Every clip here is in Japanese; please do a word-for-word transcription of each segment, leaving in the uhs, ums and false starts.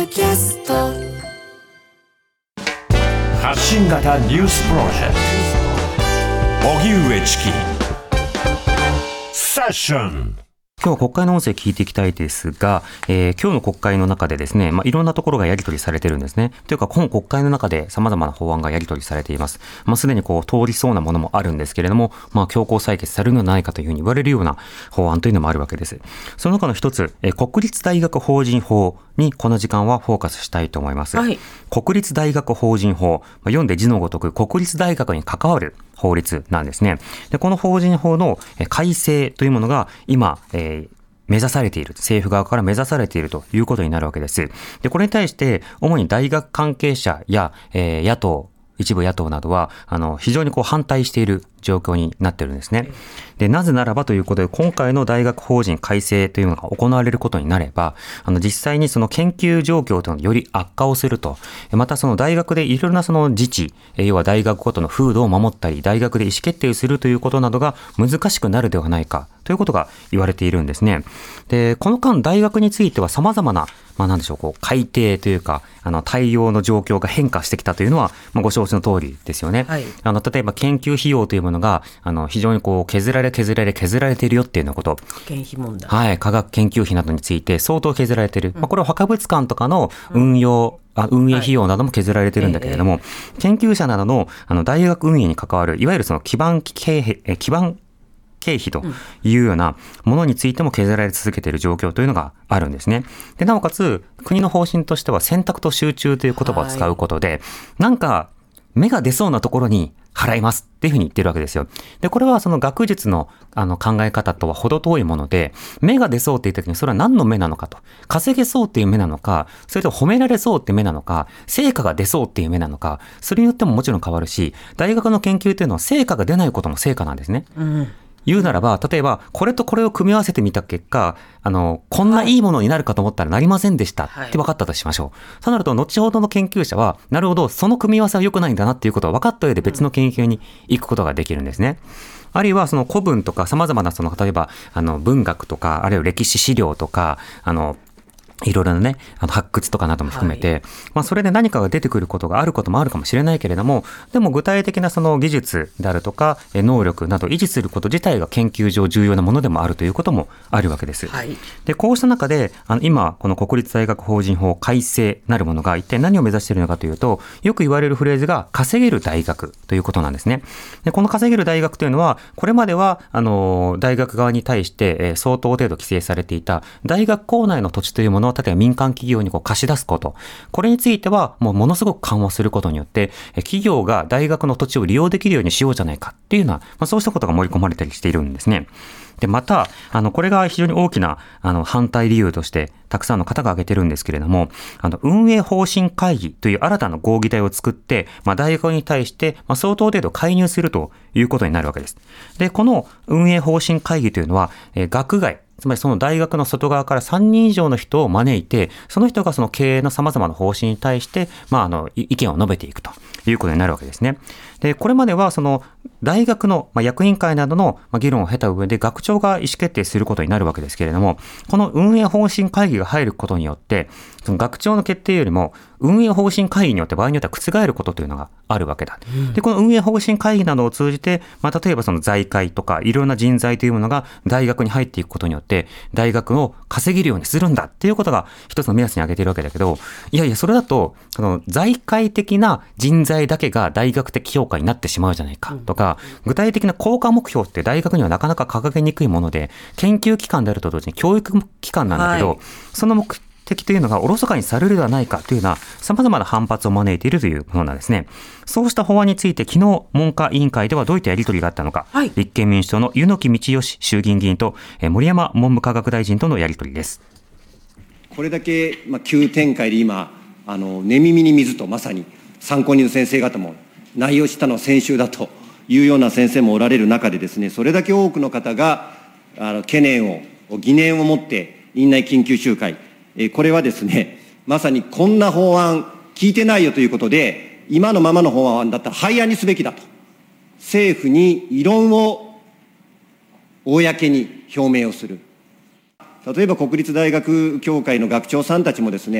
ドキャスト発信型ニュースプロジェクト荻上チキセッション。 今日は国会の音声聞いていきたいですが、えー、今日の国会の中でですね、まあ、いろんなところがやり取りされてるんですね。というか、今国会の中で様々な法案がやり取りされています。まあ、すでにこう通りそうなものもあるんですけれども、まあ、強行採決されるのではないかというふうに言われるような法案というのもあるわけです。その中の一つ、えー、国立大学法人法にこの時間はフォーカスしたいと思います。はい、国立大学法人法、まあ、読んで字のごとく国立大学に関わる法律なんですね。で、この法人法の改正というものが今、えー目指されている、政府側から目指されているということになるわけです。で、これに対して主に大学関係者や、えー、野党、一部野党などはあの非常にこう反対している状況になっているんですね。で、なぜならばということで、今回の大学法人改正というのが行われることになれば、あの実際にその研究状況というのがより悪化をすると、またその大学でいろいろなその自治、要は大学ごとの風土を守ったり、大学で意思決定をするということなどが難しくなるではないかということが言われているんですね。で、この間大学については様々なまあなんでしょう、こう改定というか、あの対応の状況が変化してきたというのは、まあ、ご承知の通りですよね。はい、あの例えば研究費用というものがあの非常にこう削られ削られ削られているよっていうようなこと。 科研費問題。 はい、科学研究費などについて相当削られている。うん、まあ、これは博物館とかの運用、うん、あ運営費用なども削られているんだけれども、はい、えー、研究者などのあの大学運営に関わるいわゆるその基盤経費、基盤経費というようなものについても削られ続けている状況というのがあるんですね。で、なおかつ国の方針としては選択と集中という言葉を使うことで、はい、なんか芽が出そうなところに払いますっていうふうに言ってるわけですよ。で、これはその学術のあの考え方とは程遠いもので、芽が出そうって言った時にそれは何の芽なのかと、稼げそうっていう芽なのか、それと褒められそうって芽なのか、成果が出そうっていう芽なのか、それによってももちろん変わるし、大学の研究というのは成果が出ないことも成果なんですね。うん、言うならば、例えばこれとこれを組み合わせてみた結果、あのこんないいものになるかと思ったらなりませんでしたって分かったとしましょう。はい、そうなると後ほどの研究者は、なるほど、その組み合わせは良くないんだなっていうことを分かった上で別の研究に行くことができるんですね。あるいはその古文とか様々なその例えばあの文学とか、あるいは歴史資料とか、あのいろいろなね、あの発掘とかなども含めて、はい、まあそれで何かが出てくることがあることもあるかもしれないけれども、でも具体的なその技術であるとか能力などを維持すること自体が研究上重要なものでもあるということもあるわけです。はい、で、こうした中であの今この国立大学法人法改正なるものが一体何を目指しているのかというと、よく言われるフレーズが稼げる大学ということなんですね。で、この稼げる大学というのはこれまではあの大学側に対して相当程度規制されていた大学構内の土地というものを例えば民間企業にこう貸し出すこと、これについてはもうものすごく緩和することによって企業が大学の土地を利用できるようにしようじゃないかっていうのは、まあ、そうしたことが盛り込まれたりしているんですね。で、またあのこれが非常に大きなあの反対理由としてたくさんの方が挙げてるんですけれども、あの運営方針会議という新たな合議体を作って、まあ、大学に対して、まあ、相当程度介入するということになるわけです。で、この運営方針会議というのは、えー、学外、つまりその大学の外側からさんにん以上の人を招いて、その人がその経営の様々な方針に対して、まあ、あの、意見を述べていくということになるわけですね。で、これまではその大学の役員会などの議論を経た上で学長が意思決定することになるわけですけれども、この運営方針会議が入ることによって、その学長の決定よりも運営方針会議によって場合によっては覆ることというのがあるわけだ。で、この運営方針会議などを通じて、まあ、例えばその財界とかいろんな人材というものが大学に入っていくことによって大学を稼げるようにするんだっていうことが一つの目安に挙げているわけだけど、いやいや、それだとその財界的な人材だけが大学的評価になってしまうじゃないかとか、具体的な効果目標って大学にはなかなか掲げにくいもので、研究機関であると同時に教育機関なんだけど、はい、その目的というのがおろそかにされるではないかというような様々な反発を招いているというものなんですね。そうした法案について昨日文科委員会ではどういったやり取りがあったのか、はい、立憲民主党の柚木道義衆議院議員と森山文部科学大臣とのやり取りです。 これだけ、まあ、急展開で今あの寝耳に水と、まさに参考人の先生方も内容を知ったのは先週だというような先生もおられる中でですね、それだけ多くの方があの懸念を疑念を持って院内緊急集会、えこれはですね、まさにこんな法案聞いてないよということで、今のままの法案だったら廃案にすべきだと政府に異論を公に表明をする。例えば国立大学協会の学長さんたちもですね、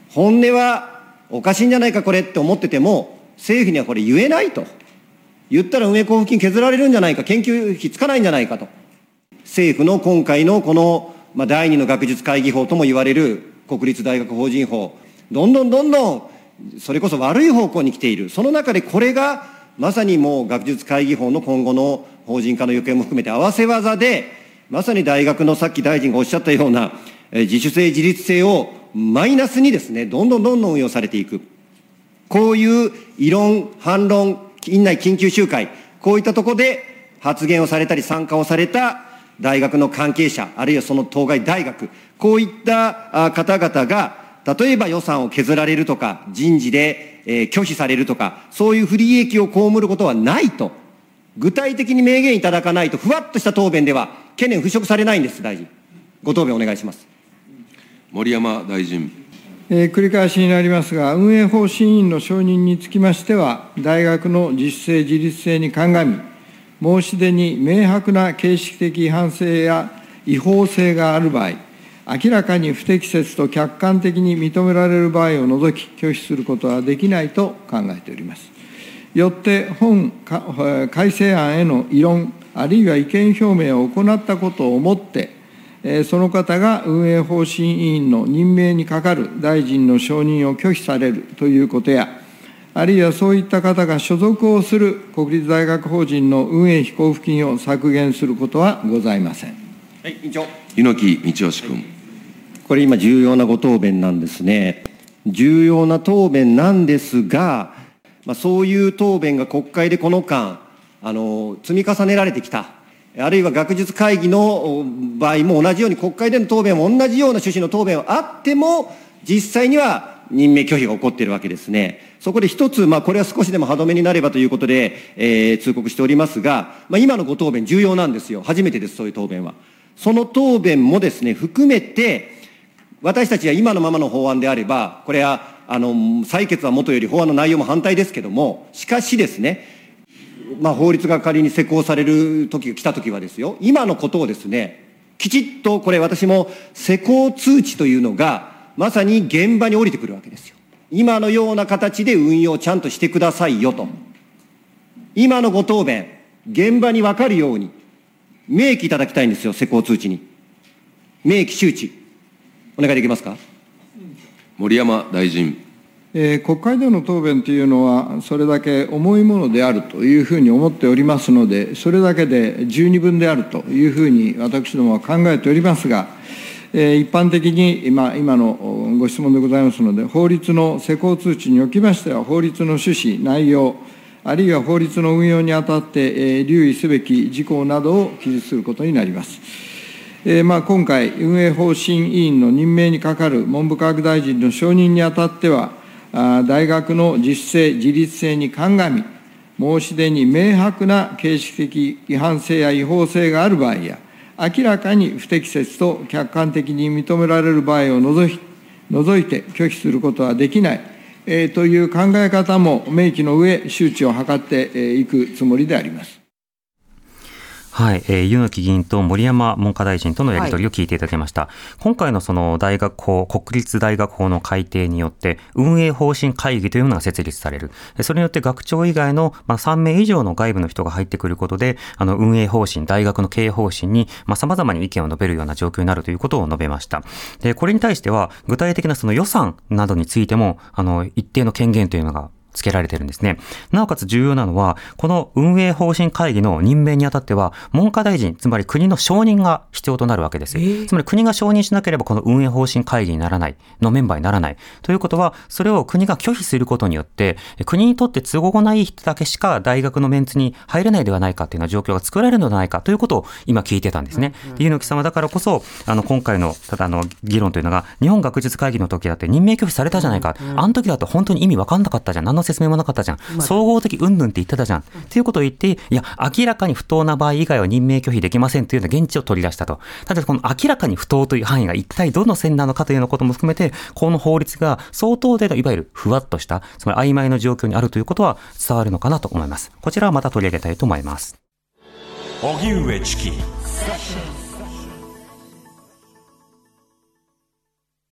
本音はおかしいんじゃないかこれって思ってても、政府にはこれ言えないと。言ったら運営交付金削られるんじゃないか、研究費つかないんじゃないかと。政府の今回のこの、まあ、第二の学術会議法とも言われる国立大学法人法、どんどんどんどんそれこそ悪い方向に来ている。その中でこれがまさにもう学術会議法の今後の法人化の行方も含めて合わせ技で、まさに大学のさっき大臣がおっしゃったような自主性自律性をマイナスにですね、どんどんどんどん運用されていく。こういう異論、反論、院内緊急集会、こういったところで発言をされたり参加をされた大学の関係者、あるいはその当該大学、こういった方々が、例えば予算を削られるとか、人事で、えー、拒否されるとか、そういう不利益を被ることはないと、具体的に明言いただかないと、ふわっとした答弁では懸念払拭されないんです、大臣。ご答弁お願いします。 森山大臣。 えー、繰り返しになりますが、運営方針委員の承認につきましては、大学の自主性、自律性に鑑み、申し出に明白な形式的違反性や違法性がある場合、明らかに不適切と客観的に認められる場合を除き、拒否することはできないと考えております。よって、本改正案への異論、あるいは意見表明を行ったことをもって、その方が運営方針委員の任命にかかる大臣の承認を拒否されるということや、あるいはそういった方が所属をする国立大学法人の運営費交付金を削減することはございません。 はい、委員長。 猪木道義君。 これ今重要なご答弁なんですね。重要な答弁なんですが、まあ、そういう答弁が国会でこの間、あの、積み重ねられてきた。あるいは学術会議の場合も同じように国会での答弁も同じような趣旨の答弁はあっても、実際には任命拒否が起こっているわけですね。そこで一つ、まあこれは少しでも歯止めになればということで、えー、通告しておりますが、まあ今のご答弁重要なんですよ。初めてです、そういう答弁は。その答弁もですね、含めて、私たちは今のままの法案であれば、これは、あの、採決はもとより法案の内容も反対ですけども、しかしですね、まあ、法律が仮に施行される時が来た時はですよ、今のことをですね、きちっと、これ私も施行通知というのが、まさに現場に降りてくるわけですよ。今のような形で運用ちゃんとしてくださいよと。今のご答弁、現場に分かるように、明記いただきたいんですよ、施行通知に。明記周知。お願いできますか。 森山大臣。 えー、国会での答弁というのは、それだけ重いものであるというふうに思っておりますので、それだけで十二分であるというふうに私どもは考えておりますが、えー、一般的に今、今のご質問でございますので、法律の施行通知におきましては、法律の趣旨、内容、あるいは法律の運用にあたって、えー、留意すべき事項などを記述することになります。えーまあ、今回、運営方針委員の任命にかかる文部科学大臣の承認にあたっては、大学の自主性、自律性に鑑み、申し出に明白な形式的違反性や違法性がある場合や、明らかに不適切と客観的に認められる場合を除い除いて拒否することはできない、えー、という考え方も明記の上、周知を図っていくつもりであります。 はい、えー、柚木議員と森山文科大臣とのやり取りを聞いていただきました。はい、今回のその大学法、国立大学法の改定によって、運営方針会議というものが設立される。それによって学長以外の、まあ、さんめい以上の外部の人が入ってくることで、あの、運営方針、大学の経営方針に、まあ、様々に意見を述べるような状況になるということを述べました。で、これに対しては、具体的なその予算などについても、あの、一定の権限というのが、つけられているんですね。なおかつ重要なのは、この運営方針会議の任命にあたっては、文科大臣、つまり国の承認が必要となるわけです。えー、つまり国が承認しなければ、この運営方針会議にならない、のメンバーにならない。ということは、それを国が拒否することによって、国にとって都合のいい人だけしか大学のメンツに入れないではないかというような状況が作られるのではないかということを今聞いてたんですね。うんうん、猪木様だからこそ、あの、今回の、ただあの、議論というのが、日本学術会議の時だって任命拒否されたじゃないか。うんうん、あの時だと本当に意味わかんなかったじゃん。何の説明もなかったじゃん。総合的云々って言ってたじゃん。っていうことを言って、いや、明らかに不当な場合以外は任命拒否できませんというような現地を取り出したと。ただ、この明らかに不当という範囲が一体どの線なのかというようなことも含めて、この法律が相当程度いわゆるふわっとした、つまり曖昧な状況にあるということは伝わるのかなと思います。こちらはまた取り上げたいと思います。 荻上チキ